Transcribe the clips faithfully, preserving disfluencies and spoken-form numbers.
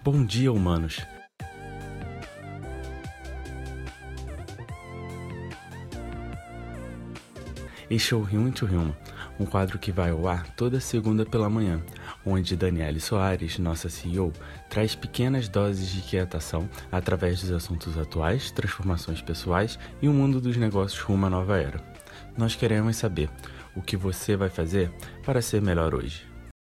Bom dia, humanos! Este é o Human to Human, um quadro que vai ao ar toda segunda pela manhã, onde Daniele Soares, nossa C E O, traz pequenas doses de quietação através dos assuntos atuais, transformações pessoais e o mundo dos negócios rumo à nova era. Nós queremos saber o que você vai fazer para ser melhor hoje.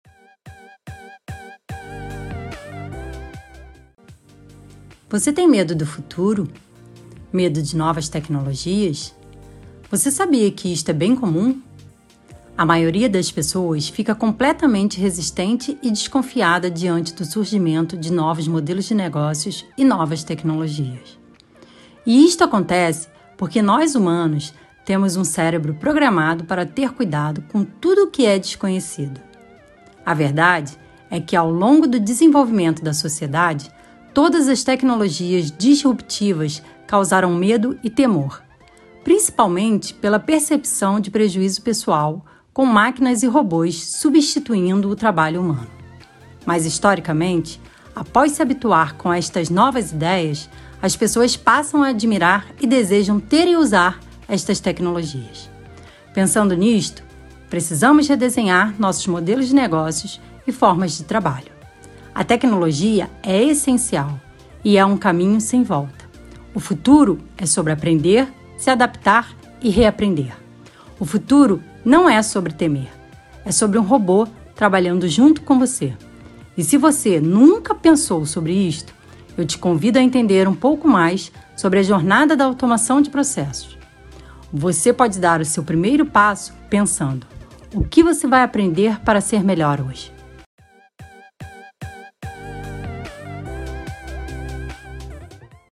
Você tem medo do futuro? Medo de novas tecnologias? Você sabia que isto é bem comum? A maioria das pessoas fica completamente resistente e desconfiada diante do surgimento de novos modelos de negócios e novas tecnologias. E isto acontece porque nós humanos temos um cérebro programado para ter cuidado com tudo o que é desconhecido. A verdade é que ao longo do desenvolvimento da sociedade, todas as tecnologias disruptivas causaram medo e temor, principalmente pela percepção de prejuízo pessoal, com máquinas e robôs substituindo o trabalho humano. Mas, historicamente, após se habituar com estas novas ideias, as pessoas passam a admirar e desejam ter e usar estas tecnologias. Pensando nisto, precisamos redesenhar nossos modelos de negócios e formas de trabalho. A tecnologia é essencial e é um caminho sem volta. O futuro é sobre aprender, se adaptar e reaprender. O futuro não é sobre temer, é sobre um robô trabalhando junto com você. E se você nunca pensou sobre isto, eu te convido a entender um pouco mais sobre a jornada da automação de processos. Você pode dar o seu primeiro passo pensando: o que você vai aprender para ser melhor hoje?